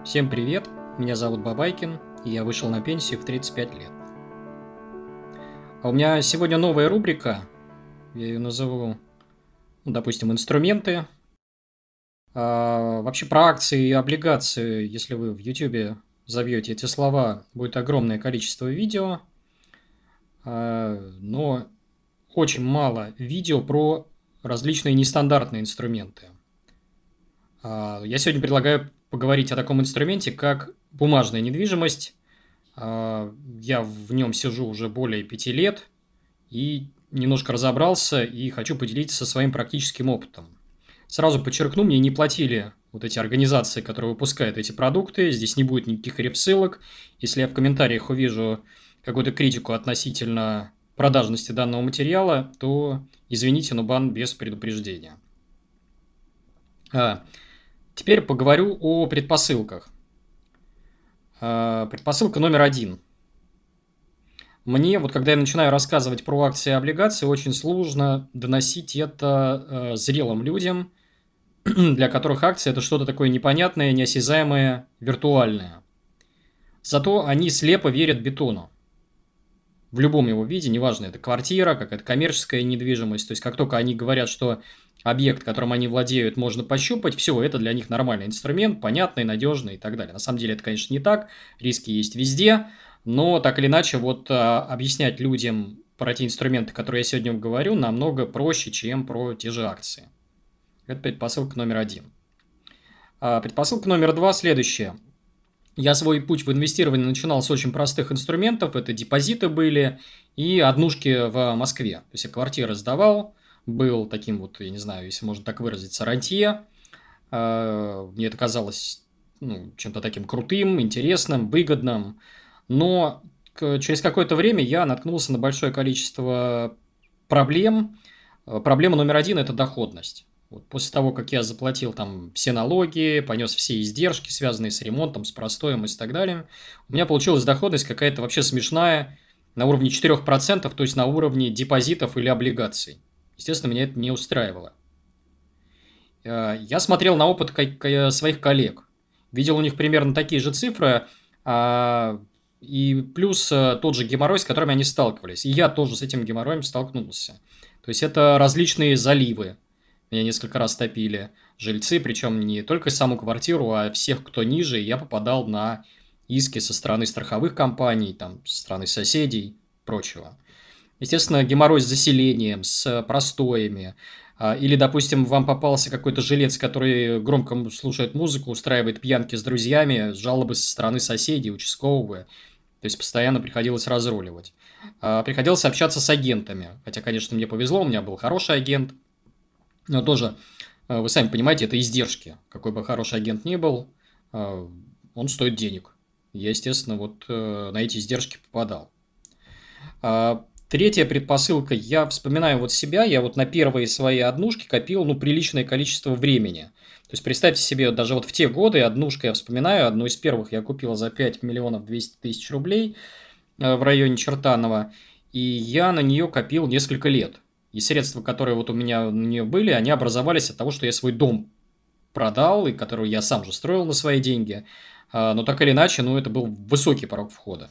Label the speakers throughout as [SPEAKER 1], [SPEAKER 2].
[SPEAKER 1] Всем привет, меня зовут Бабайкин, и я вышел на пенсию в 35 лет. А у меня сегодня новая рубрика, я ее назову, допустим, инструменты. Вообще про акции и облигации, если вы в YouTube забьете эти слова, будет огромное количество видео, но очень мало видео про различные нестандартные инструменты. Я сегодня предлагаю поговорить о таком инструменте, как бумажная недвижимость. Я в нем сижу уже более 5 лет и немножко разобрался и хочу поделиться своим практическим опытом. Сразу подчеркну, мне не платили вот эти организации, которые выпускают эти продукты. Здесь не будет никаких рефсылок. Если я в комментариях увижу какую-то критику относительно продажности данного материала, то извините, но бан без предупреждения. Теперь поговорю о предпосылках. Предпосылка номер 1. Мне, вот когда я начинаю рассказывать про акции и облигации, очень сложно доносить это зрелым людям, для которых акции – это что-то такое непонятное, неосязаемое, виртуальное. Зато они слепо верят бетону. В любом его виде, неважно, это квартира, какая-то коммерческая недвижимость. То есть, как только они говорят, что объект, которым они владеют, можно пощупать, все, это для них нормальный инструмент, понятный, надежный и так далее. На самом деле, это, конечно, не так, риски есть везде, но так или иначе, вот объяснять людям про те инструменты, которые я сегодня говорю, намного проще, чем про те же акции. Это предпосылка номер 1. Предпосылка номер 2 следующая. Я свой путь в инвестировании начинал с очень простых инструментов. Это депозиты были и однушки в Москве. То есть я квартиры сдавал, был таким вот, я не знаю, если можно так выразиться, рантье. Мне это казалось чем-то таким крутым, интересным, выгодным. Но через какое-то время я наткнулся на большое количество проблем. Проблема номер 1 – это доходность. Вот после того, как я заплатил там все налоги, понес все издержки, связанные с ремонтом, с простоем и так далее, у меня получилась доходность какая-то вообще смешная, на уровне 4%, то есть на уровне депозитов или облигаций. Естественно, меня это не устраивало. Я смотрел на опыт своих коллег, видел у них примерно такие же цифры, и плюс тот же геморрой, с которым они сталкивались. И я тоже с этим геморроем столкнулся. То есть это различные заливы. Меня несколько раз топили жильцы, причем не только саму квартиру, а всех, кто ниже. И я попадал на иски со стороны страховых компаний, там, со стороны соседей и прочего. Естественно, геморрой с заселением, с простоями. Или, допустим, вам попался какой-то жилец, который громко слушает музыку, устраивает пьянки с друзьями, жалобы со стороны соседей, участкового. То есть постоянно приходилось разруливать. Приходилось общаться с агентами. Хотя, конечно, мне повезло, у меня был хороший агент. Но тоже, вы сами понимаете, это издержки. Какой бы хороший агент ни был, он стоит денег. Я, естественно, вот на эти издержки попадал. Третья предпосылка. Я вспоминаю вот себя. Я вот на первые свои однушки копил, приличное количество времени. То есть, представьте себе, даже вот в те годы однушка, я вспоминаю, одну из первых я купил за 5 миллионов 200 тысяч рублей в районе Чертанова. И я на нее копил несколько лет. И средства, которые вот у меня на нее были, они образовались от того, что я свой дом продал, и который я сам же строил на свои деньги. Но так или иначе, это был высокий порог входа.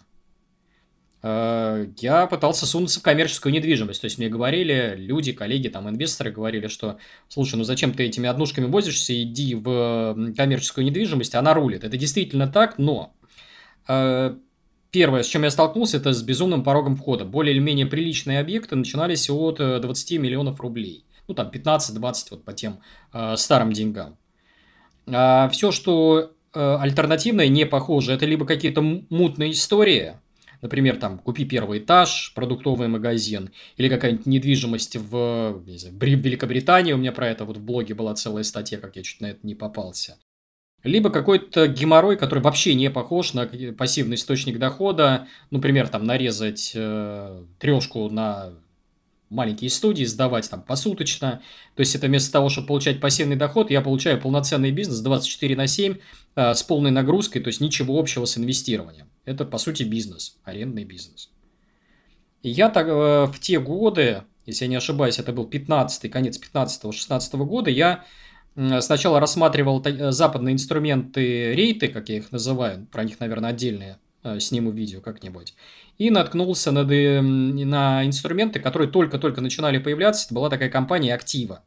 [SPEAKER 1] Я пытался сунуться в коммерческую недвижимость. То есть, мне говорили люди, коллеги, там, инвесторы говорили, что, слушай, зачем ты этими однушками возишься, иди в коммерческую недвижимость, она рулит. Это действительно так, но... Первое, с чем я столкнулся, это с безумным порогом входа. Более или менее приличные объекты начинались от 20 миллионов рублей. Там 15-20 вот по тем старым деньгам. Все, что альтернативное, не похоже, это либо какие-то мутные истории. Например, там, купи первый этаж, продуктовый магазин, или какая-нибудь недвижимость в Великобритании. У меня про это вот в блоге была целая статья, как я чуть на это не попался. Либо какой-то геморрой, который вообще не похож на пассивный источник дохода. Например, там нарезать трешку на маленькие студии, сдавать там посуточно. То есть, это вместо того, чтобы получать пассивный доход, я получаю полноценный бизнес 24/7 с полной нагрузкой, то есть, ничего общего с инвестированием. Это, по сути, бизнес, арендный бизнес. И я так, в те годы, если я не ошибаюсь, это был конец 15-16 года, я Сначала рассматривал западные инструменты рейты, как я их называю, про них, наверное, отдельное сниму видео как-нибудь, и наткнулся на инструменты, которые только-только начинали появляться. Это была такая компания «Актива».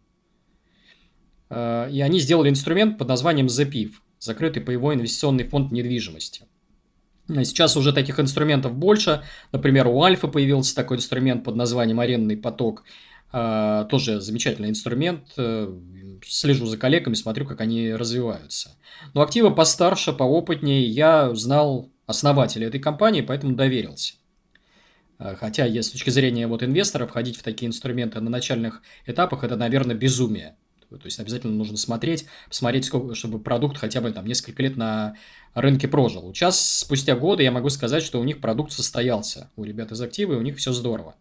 [SPEAKER 1] И они сделали инструмент под названием ZPIF – закрытый паевой инвестиционный фонд недвижимости. Сейчас уже таких инструментов больше. Например, у Альфа появился такой инструмент под названием «Арендный поток». Тоже замечательный инструмент. Слежу за коллегами, смотрю, как они развиваются. Но активы постарше, поопытнее. Я знал основателя этой компании, поэтому доверился. Хотя, с точки зрения инвестора, входить в такие инструменты на начальных этапах – это, наверное, безумие. То есть, обязательно нужно посмотреть, чтобы продукт хотя бы несколько лет на рынке прожил. Сейчас, спустя годы, я могу сказать, что у них продукт состоялся. У ребят из актива, и у них все здорово.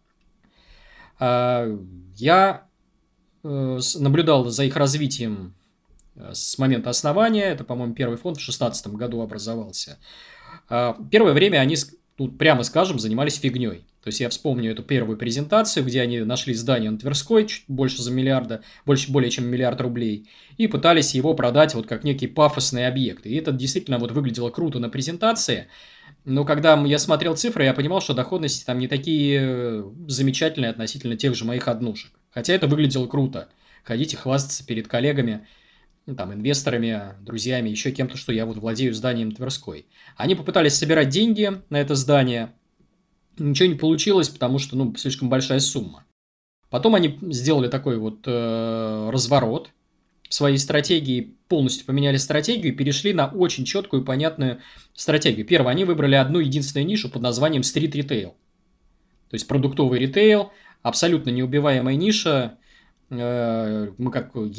[SPEAKER 1] Я наблюдал за их развитием с момента основания. Это, по-моему, первый фонд в 2016 году образовался. Первое время они, тут прямо скажем, занимались фигней. То есть, я вспомню эту первую презентацию, где они нашли здание на Тверской, чуть больше более чем миллиард рублей, и пытались его продать как некий пафосный объект. И это действительно выглядело круто на презентации, но когда я смотрел цифры, я понимал, что доходности там не такие замечательные относительно тех же моих однушек. Хотя это выглядело круто. Ходить и хвастаться перед коллегами, инвесторами, друзьями, еще кем-то, что я владею зданием Тверской. Они попытались собирать деньги на это здание. Ничего не получилось, потому что, слишком большая сумма. Потом они сделали такой разворот в своей стратегии, полностью поменяли стратегию и перешли на очень четкую и понятную стратегию. Первое, они выбрали одну единственную нишу под названием стрит-ритейл. То есть, продуктовый ритейл, абсолютно неубиваемая ниша. Мы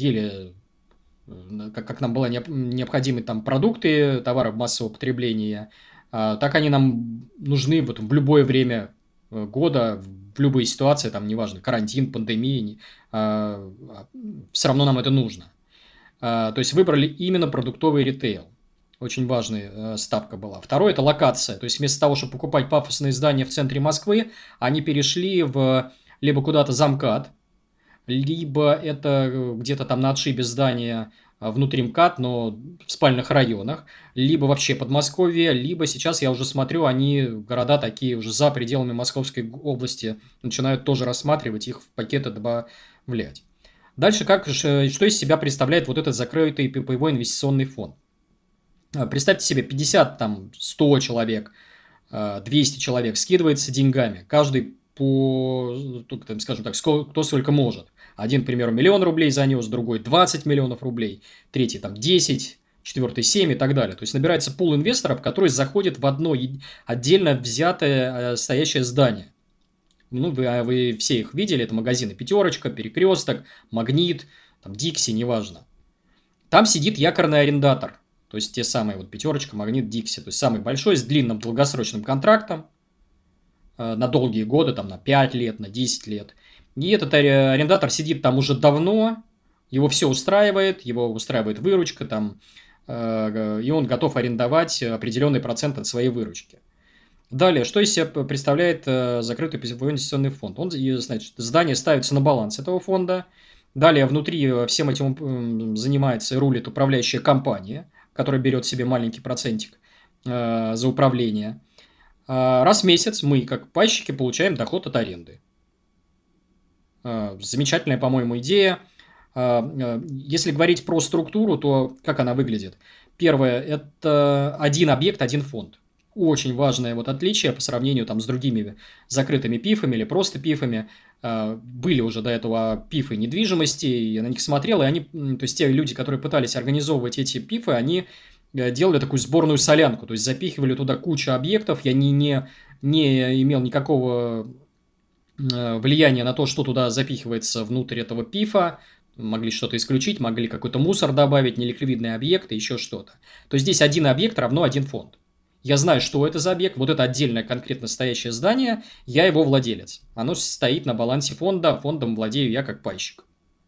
[SPEAKER 1] как нам были необходимы там продукты, товары массового потребления, так они нам нужны в любое время года, в любые ситуации, неважно, карантин, пандемия, все равно нам это нужно. То есть, выбрали именно продуктовый ритейл. Очень важная ставка была. Второе – это локация. То есть, вместо того, чтобы покупать пафосные здания в центре Москвы, они перешли либо куда-то за МКАД, либо это где-то там на отшибе здания внутри МКАД, но в спальных районах, либо вообще Подмосковье, либо сейчас я уже смотрю, города такие уже за пределами Московской области начинают тоже рассматривать, их в пакеты добавлять. Дальше, что из себя представляет этот закрытый паевой инвестиционный фонд? Представьте себе, 50, 100 человек, 200 человек скидывается деньгами, каждый скажем так, кто сколько может. Один, к примеру, 1 000 000 рублей занес, другой 20 миллионов рублей, третий 10, четвертый 7 и так далее. То есть, набирается пул инвесторов, которые заходят в одно отдельно взятое стоящее здание. Вы все их видели, это магазины «Пятерочка», «Перекресток», «Магнит», «Дикси», неважно. Там сидит якорный арендатор, то есть те самые «Пятерочка», «Магнит», «Дикси», то есть самый большой, с длинным долгосрочным контрактом, на долгие годы, на 5 лет, на 10 лет. И этот арендатор сидит там уже давно, его все устраивает, его устраивает выручка, и он готов арендовать определенный процент от своей выручки. Далее, что из себя представляет закрытый паевой инвестиционный фонд? Здание ставится на баланс этого фонда. Далее, внутри всем этим занимается и рулит управляющая компания, которая берет себе маленький процентик за управление. Раз в месяц мы, как пайщики, получаем доход от аренды. Замечательная, по-моему, идея. Если говорить про структуру, то как она выглядит? Первое – это один объект, один фонд. Очень важное отличие по сравнению с другими закрытыми пифами или просто пифами. Были уже до этого пифы недвижимости, я на них смотрел, и то есть те люди, которые пытались организовывать эти пифы, они делали такую сборную солянку, то есть запихивали туда кучу объектов. Я не имел никакого влияния на то, что туда запихивается внутрь этого пифа. Могли что-то исключить, могли какой-то мусор добавить, неликвидные объекты, еще что-то. То есть, здесь один объект равно один фонд. Я знаю, что это за объект, это отдельное конкретно стоящее здание, я его владелец. Оно стоит на балансе фонда, фондом владею я как пайщик.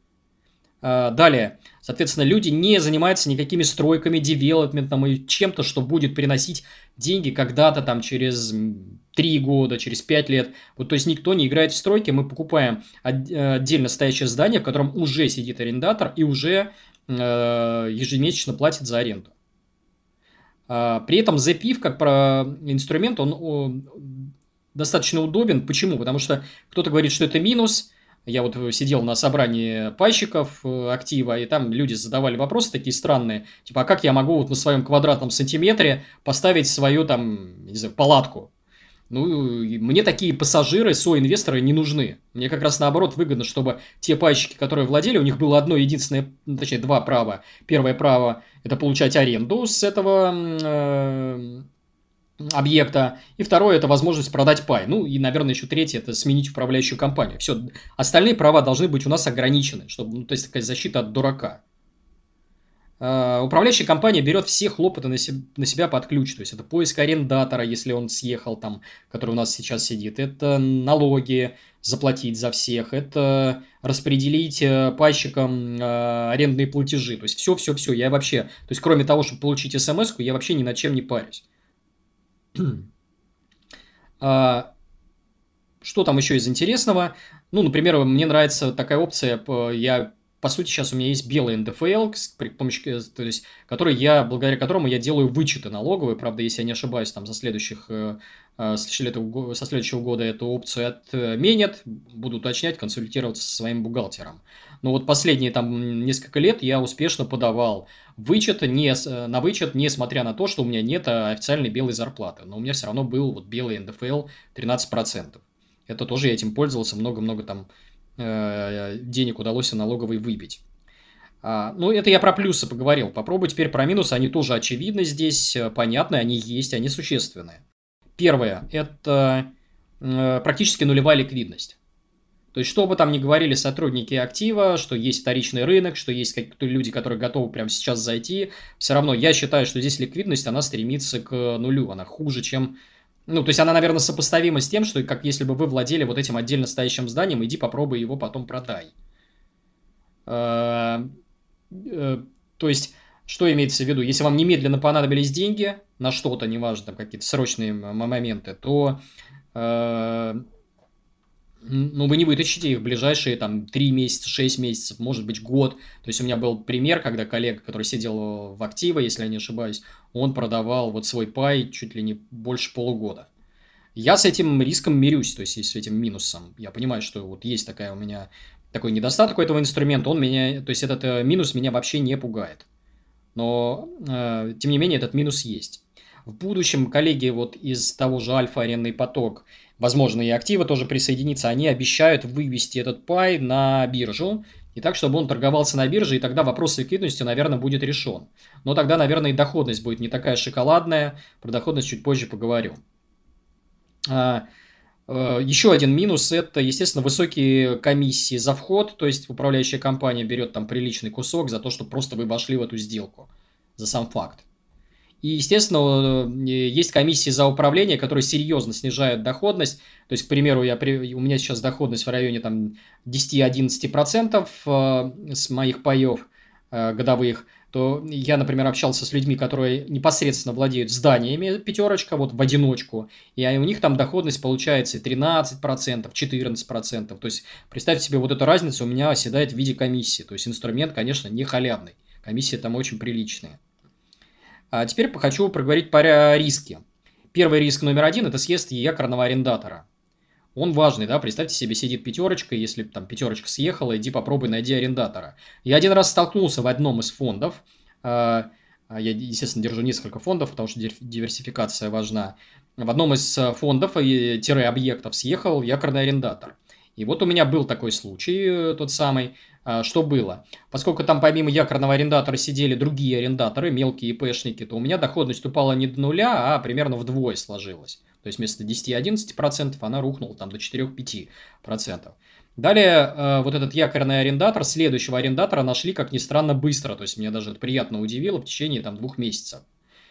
[SPEAKER 1] Далее, соответственно, люди не занимаются никакими стройками, девелопментом и чем-то, что будет приносить деньги когда-то через 3 года, через 5 лет. То есть, никто не играет в стройки, мы покупаем отдельно стоящее здание, в котором уже сидит арендатор и уже ежемесячно платит за аренду. При этом ZPIF как инструмент, он достаточно удобен. Почему? Потому что кто-то говорит, что это минус. Я вот сидел на собрании пайщиков актива, и там люди задавали вопросы такие странные. Типа, а как я могу вот на своем квадратном сантиметре поставить свою там, не знаю, палатку? Ну, мне такие пассажиры, соинвесторы не нужны. Мне как раз наоборот выгодно, чтобы те пайщики, которые владели, у них было одно единственное, точнее, два права. Первое право – это получать аренду с этого объекта. И второе – это возможность продать пай. Ну, и, наверное, еще третье – это сменить управляющую компанию. Все, остальные права должны быть у нас ограничены, чтобы, ну, то есть, такая защита от дурака. Управляющая компания берет все хлопоты на себя под ключ. То есть, это поиск арендатора, если он съехал там, который у нас сейчас сидит. Это налоги заплатить за всех. Это распределить пайщикам арендные платежи. То есть, все. Я вообще, то есть, кроме того, чтобы получить смс-ку, я вообще ни над чем не парюсь. Что там еще из интересного? Ну, например, мне нравится такая опция. По сути, сейчас у меня есть белый НДФЛ, при помощи, то есть, благодаря которому я делаю вычеты налоговые. Правда, если я не ошибаюсь, там со следующего года эту опцию отменят. Буду уточнять, консультироваться со своим бухгалтером. Но вот последние там несколько лет я успешно подавал на вычет, несмотря на то, что у меня нет официальной белой зарплаты. Но у меня все равно был вот белый НДФЛ 13%. Это тоже я этим пользовался, много-много там денег удалось налоговой выбить. Ну, это я про плюсы поговорил. Попробуй теперь про минусы. Они тоже очевидны здесь, понятны, они есть, они существенные. Первое – это практически нулевая ликвидность. То есть, что бы там ни говорили сотрудники актива, что есть вторичный рынок, что есть какие-то люди, которые готовы прямо сейчас зайти, все равно я считаю, что здесь ликвидность, она стремится к нулю. Она хуже, чем... Ну, то есть, она, наверное, сопоставима с тем, что как если бы вы владели вот этим отдельно стоящим зданием, иди попробуй его потом продай. То есть, что имеется в виду? Если вам немедленно понадобились деньги на что-то, неважно, там какие-то срочные моменты, то ну, вы не вытащите их в ближайшие там 3 месяца, 6 месяцев, может быть, год. То есть, у меня был пример, когда коллега, который сидел в активе, если я не ошибаюсь, он продавал вот свой пай чуть ли не больше полугода. Я с этим риском мирюсь, то есть, с этим минусом. Я понимаю, что вот есть такая у меня такой недостаток у этого инструмента, он меня, то есть, этот минус меня вообще не пугает. Но, тем не менее, этот минус есть. В будущем коллеги вот из того же Альфа арендный поток, возможно, и активы тоже присоединиться, они обещают вывести этот пай на биржу, и так, чтобы он торговался на бирже, и тогда вопрос с ликвидностью, наверное, будет решен. Но тогда, наверное, и доходность будет не такая шоколадная, про доходность чуть позже поговорю. Еще один минус – это, естественно, высокие комиссии за вход, то есть управляющая компания берет там приличный кусок за то, что просто вы вошли в эту сделку, за сам факт. И, естественно, есть комиссии за управление, которые серьезно снижают доходность. То есть, к примеру, у меня сейчас доходность в районе там, 10-11% с моих паев годовых. То я, например, общался с людьми, которые непосредственно владеют зданиями, пятерочка, вот в одиночку. И у них там доходность получается 13%, 14%. То есть, представьте себе, вот эта разница у меня оседает в виде комиссии. То есть, инструмент, конечно, не халявный. Комиссии там очень приличные. А теперь хочу проговорить про риски. Первый риск номер один – это съезд якорного арендатора. Он важный, да, представьте себе, сидит пятерочка, если там пятерочка съехала, иди попробуй найди арендатора. Я один раз столкнулся в одном из фондов, я, естественно, держу несколько фондов, потому что диверсификация важна. В одном из фондов-объектов съехал якорный арендатор. И вот у меня был такой случай, тот самый. Что было? Поскольку там помимо якорного арендатора сидели другие арендаторы, мелкие ИПшники, то у меня доходность упала не до нуля, а примерно вдвое сложилась. То есть, вместо 10-11% она рухнула там до 4-5%. Далее, вот этот якорный арендатор, следующего арендатора нашли, как ни странно, быстро. То есть, меня даже это приятно удивило в течение там 2 месяцев.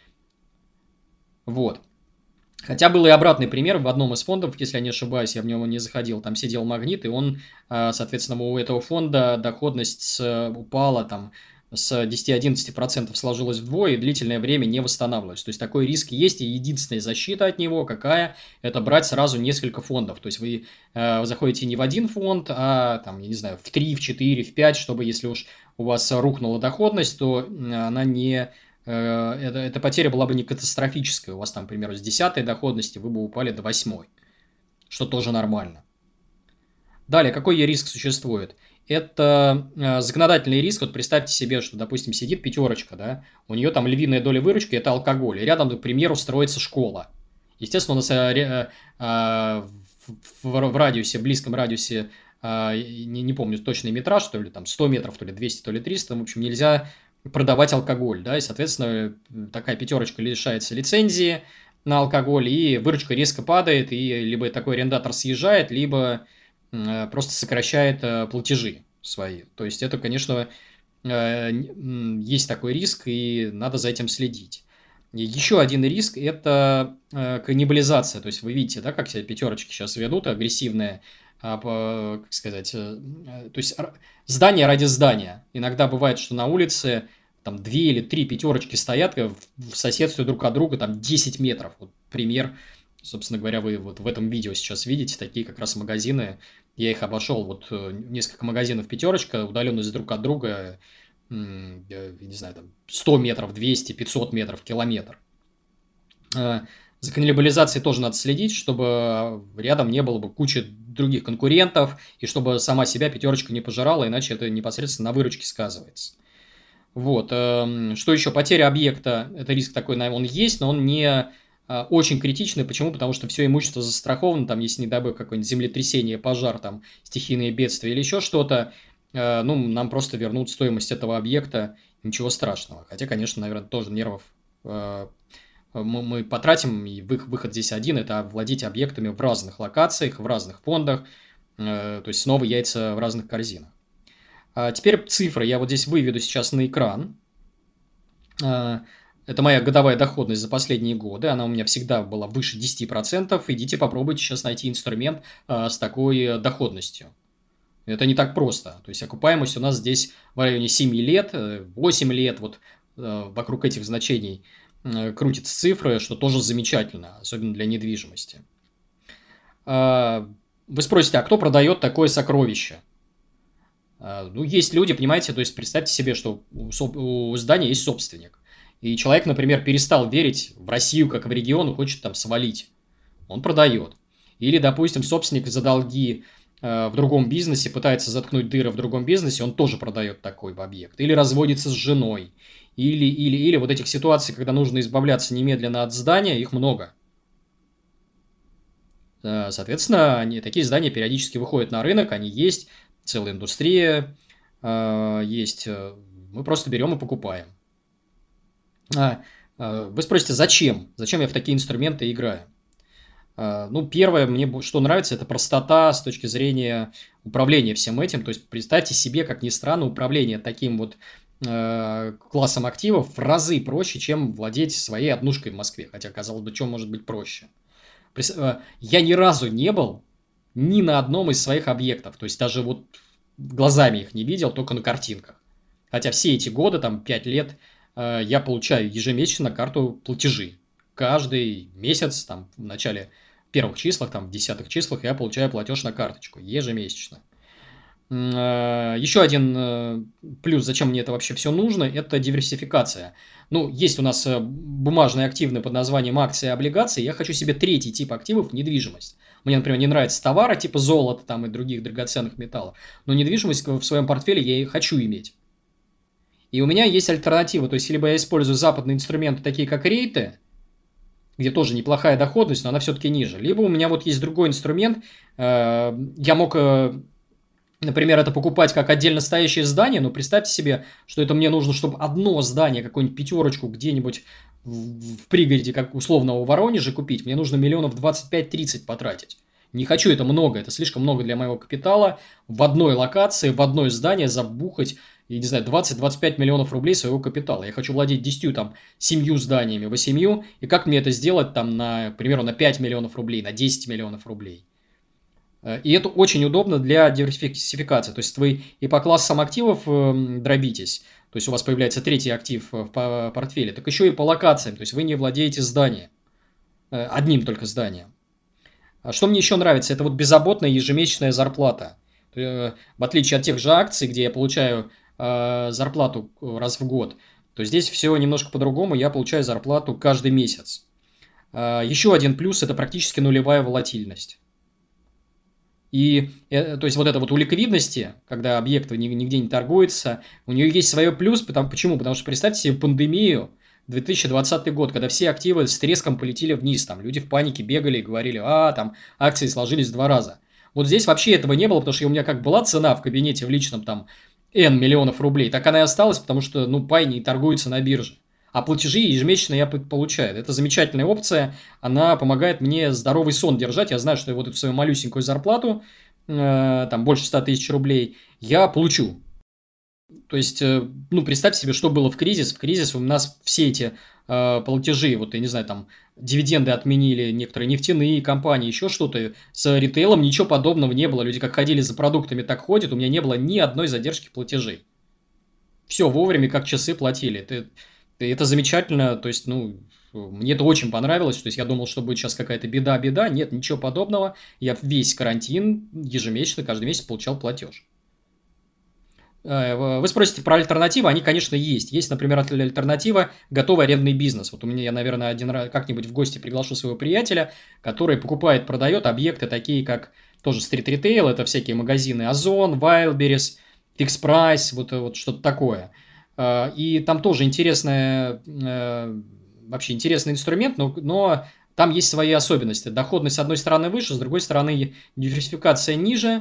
[SPEAKER 1] Вот. Хотя был и обратный пример в одном из фондов, если я не ошибаюсь, я в него не заходил, там сидел Магнит, и он, соответственно, у этого фонда доходность упала там с 10-11% сложилась вдвое и длительное время не восстанавливалась. То есть, такой риск есть, и единственная защита от него какая? Это брать сразу несколько фондов. То есть, вы заходите не в один фонд, а, там, я не знаю, в 3, в 4, в 5, чтобы, если уж у вас рухнула доходность, то она не... Эта потеря была бы не катастрофическая. У вас там, к примеру, с 10-й доходности вы бы упали до 8-й, что тоже нормально. Далее, какой риск существует? Это законодательный риск. Вот представьте себе, что, допустим, сидит пятерочка, да, у нее там львиная доля выручки – это алкоголь, и рядом, к примеру, строится школа. Естественно, у нас в радиусе, близком радиусе, не помню точный метраж, то ли там 100 метров, то ли 200, то ли 300, в общем, нельзя продавать алкоголь, да, и, соответственно, такая пятерочка лишается лицензии на алкоголь, и выручка резко падает, и либо такой арендатор съезжает, либо просто сокращает платежи свои. То есть это, конечно, есть такой риск, и надо за этим следить. И еще один риск – это каннибализация. То есть вы видите, да, как себя пятерочки сейчас ведут, агрессивные, как сказать, то есть здание ради здания. Иногда бывает, что на улице там 2 или 3 пятерочки стоят в соседстве друг от друга, там 10 метров. Вот пример, собственно говоря, вы вот в этом видео сейчас видите, такие как раз магазины. Я их обошел, вот несколько магазинов пятерочка, удаленность друг от друга, я не знаю, там 100 метров, 200, 500 метров, километр. За каннибализацией тоже надо следить, чтобы рядом не было бы кучи других конкурентов, и чтобы сама себя пятерочка не пожирала, иначе это непосредственно на выручке сказывается. Вот. Что еще? Потеря объекта – это риск такой, он есть, но он не очень критичный. Почему? Потому что все имущество застраховано, там, если, не дай бог, какое-нибудь землетрясение, пожар, там, стихийные бедствия или еще что-то, нам просто вернут стоимость этого объекта, ничего страшного. Хотя, конечно, наверное, тоже нервов мы потратим, и выход здесь один – это владеть объектами в разных локациях, в разных фондах, то есть снова яйца в разных корзинах. Теперь цифры я вот здесь выведу сейчас на экран. Это моя годовая доходность за последние годы. Она у меня всегда была выше 10%. Идите попробуйте сейчас найти инструмент с такой доходностью. Это не так просто. То есть окупаемость у нас здесь в районе 7 лет, 8 лет. Вот вокруг этих значений крутятся цифры, что тоже замечательно, особенно для недвижимости. Вы спросите, а кто продает такое сокровище? Есть люди, понимаете, то есть представьте себе, что у здания есть собственник. И человек, например, перестал верить в Россию как в регион и хочет там свалить. Он продает. Или, допустим, собственник за долги в другом бизнесе пытается заткнуть дыры в другом бизнесе, он тоже продает такой объект. Или разводится с женой. Или вот этих ситуаций, когда нужно избавляться немедленно от здания, их много. Соответственно, такие здания периодически выходят на рынок, они есть, целая индустрия есть. Мы просто берем и покупаем. Вы спросите, зачем? Зачем я в такие инструменты играю? Первое, мне что нравится, это простота с точки зрения управления всем этим. То есть, представьте себе, как ни странно, управление таким вот классом активов в разы проще, чем владеть своей однушкой в Москве. Хотя, казалось бы, что может быть проще? Я ни разу не был ни на одном из своих объектов. То есть, даже вот глазами их не видел, только на картинках. Хотя все эти годы, там 5 лет, я получаю ежемесячно карту платежей. Каждый месяц, там, в начале первых числах, там, в 10-х числах я получаю платеж на карточку ежемесячно. Еще один плюс, зачем мне это вообще все нужно, это диверсификация. Есть у нас бумажные активы под названием акции и облигации. Я хочу себе третий тип активов – недвижимость. Мне, например, не нравятся товары типа золота там, и других драгоценных металлов, но недвижимость в своем портфеле я и хочу иметь. И у меня есть альтернатива. То есть, либо я использую западные инструменты, такие как рейты, где тоже неплохая доходность, но она все-таки ниже. Либо у меня вот есть другой инструмент. Я мог, например, это покупать как отдельно стоящее здание, но представьте себе, что это мне нужно, чтобы одно здание, какую-нибудь пятерочку где-нибудь в пригороде, как условного Воронежа купить, мне нужно миллионов 25-30 потратить. Не хочу это много, это слишком много для моего капитала. В одной локации, в одно здание забухать, я не знаю, 20-25 миллионов рублей своего капитала. Я хочу владеть 10, там, 7 зданиями, 8, и как мне это сделать, там, к примеру, на 5 миллионов рублей, на 10 миллионов рублей. И это очень удобно для диверсификации. То есть, вы и по классам активов дробитесь, то есть, у вас появляется третий актив в портфеле, так еще и по локациям, то есть, вы не владеете зданием, одним только зданием. Что мне еще нравится, это вот беззаботная ежемесячная зарплата. В отличие от тех же акций, где я получаю зарплату раз в год, то здесь все немножко по-другому. Я получаю зарплату каждый месяц. Еще один плюс – это практически нулевая волатильность. И, то есть, вот это вот у ликвидности, когда объект нигде не торгуется, у нее есть свой плюс. Почему? Потому что представьте себе пандемию, 2020 год, когда все активы с треском полетели вниз. Там люди в панике бегали и говорили, там акции сложились в 2 раза. Вот здесь вообще этого не было, потому что у меня как была цена в кабинете в личном там N миллионов рублей, так она и осталась, потому что, пай не торгуется на бирже. А платежи ежемесячно я получаю. Это замечательная опция. Она помогает мне здоровый сон держать. Я знаю, что вот эту свою малюсенькую зарплату, там больше 100 тысяч рублей, я получу. То есть, представь себе, что было в кризис. В кризис у нас все эти платежи, вот я не знаю, там дивиденды отменили некоторые нефтяные компании, еще что-то. С ритейлом ничего подобного не было. Люди как ходили за продуктами, так ходят. У меня не было ни одной задержки платежей. Все вовремя, как часы платили. Это замечательно, то есть, мне это очень понравилось, то есть, я думал, что будет сейчас какая-то беда, нет, ничего подобного, я весь карантин ежемесячно, каждый месяц получал платеж. Вы спросите про альтернативы, они, конечно, есть. Есть, например, альтернатива – готовый арендный бизнес. Вот у меня, я, наверное, один раз как-нибудь в гости приглашу своего приятеля, который покупает, продает объекты такие, как тоже стрит-ритейл, это всякие магазины Озон, Wildberries, Fix Price, вот что-то такое. И там тоже вообще интересный инструмент, но там есть свои особенности. Доходность, с одной стороны, выше, с другой стороны, диверсификация ниже.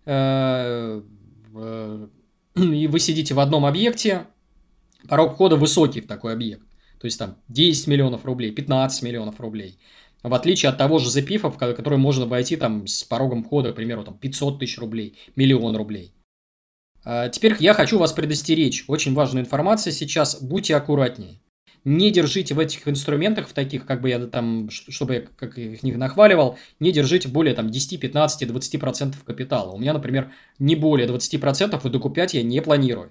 [SPEAKER 1] И вы сидите в одном объекте, порог входа высокий в такой объект. То есть там 10 миллионов рублей, 15 миллионов рублей. В отличие от того же ZEPIF, в который можно войти там с порогом входа, к примеру, там 500 тысяч рублей, миллион рублей. Теперь я хочу вас предостеречь. Очень важная информация сейчас. Будьте аккуратнее. Не держите в этих инструментах, в таких, как бы я там, чтобы я как их не нахваливал, не держите более там 10, 15, 20% капитала. У меня, например, не более 20%, и докуплять я не планирую.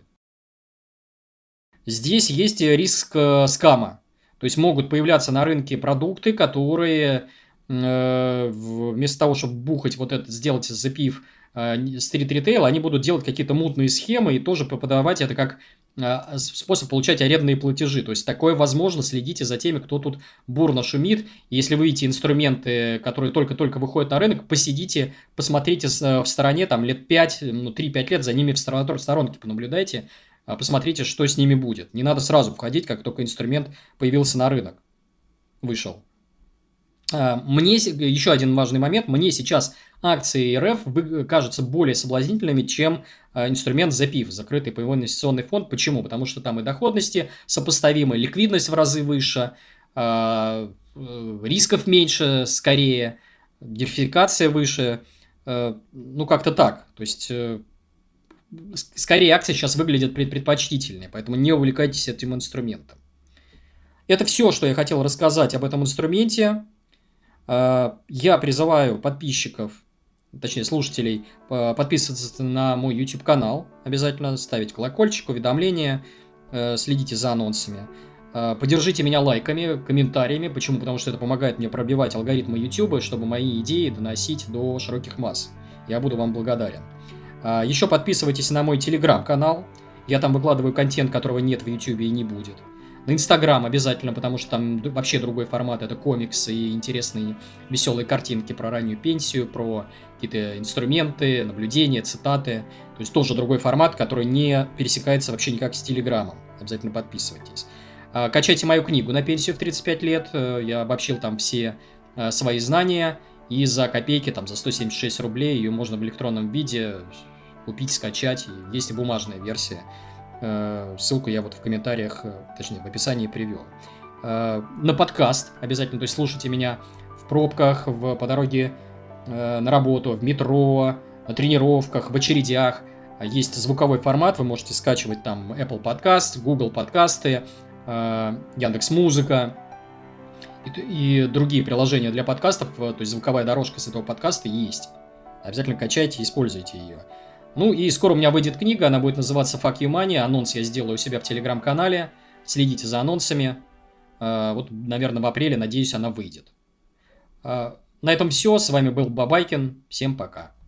[SPEAKER 1] Здесь есть риск скама. То есть могут появляться на рынке продукты, которые вместо того, чтобы бухать вот это, сделать ZEPIF стрит-ритейл, они будут делать какие-то мутные схемы и тоже подавать это как способ получать арендные платежи. То есть, такое возможно. Следите за теми, кто тут бурно шумит. Если вы видите инструменты, которые только-только выходят на рынок, посидите, посмотрите в стороне, там лет 5, 3-5 лет за ними в сторонке понаблюдайте, посмотрите, что с ними будет. Не надо сразу входить, как только инструмент появился на рынок, вышел. Мне еще один важный момент. Мне сейчас акции РФ кажутся более соблазнительными, чем инструмент ZEPIF, закрытый паевой инвестиционный фонд. Почему? Потому что там и доходности сопоставимы, ликвидность в разы выше, рисков меньше, скорее, диверсификация выше. Как-то так. То есть, скорее акции сейчас выглядят предпочтительнее, поэтому не увлекайтесь этим инструментом. Это все, что я хотел рассказать об этом инструменте. Я призываю подписчиков, точнее слушателей, подписываться на мой YouTube-канал, обязательно ставить колокольчик, уведомления, следите за анонсами. Поддержите меня лайками, комментариями. Почему? Потому что это помогает мне пробивать алгоритмы YouTube, чтобы мои идеи доносить до широких масс. Я буду вам благодарен. Еще подписывайтесь на мой Telegram-канал. Я там выкладываю контент, которого нет в YouTube и не будет. На Инстаграм обязательно, потому что там вообще другой формат. Это комиксы и интересные веселые картинки про раннюю пенсию, про какие-то инструменты, наблюдения, цитаты. То есть тоже другой формат, который не пересекается вообще никак с Телеграмом. Обязательно подписывайтесь. Качайте мою книгу «На пенсию в 35 лет». Я обобщил там все свои знания. И за копейки, там за 176 рублей, ее можно в электронном виде купить, скачать. И есть и бумажная версия. Ссылку я вот в комментариях, точнее в описании привел. На подкаст обязательно, то есть слушайте меня в пробках, по дороге на работу, в метро, на тренировках, в очередях. Есть звуковой формат, вы можете скачивать там Apple Podcast, Google подкасты, Яндекс.Музыка и другие приложения для подкастов. То есть звуковая дорожка с этого подкаста есть. Обязательно качайте и используйте ее. И скоро у меня выйдет книга, она будет называться «Fuck you money». Анонс я сделаю у себя в Телеграм-канале. Следите за анонсами. Вот, наверное, в апреле, надеюсь, она выйдет. На этом все. С вами был Бабайкин. Всем пока.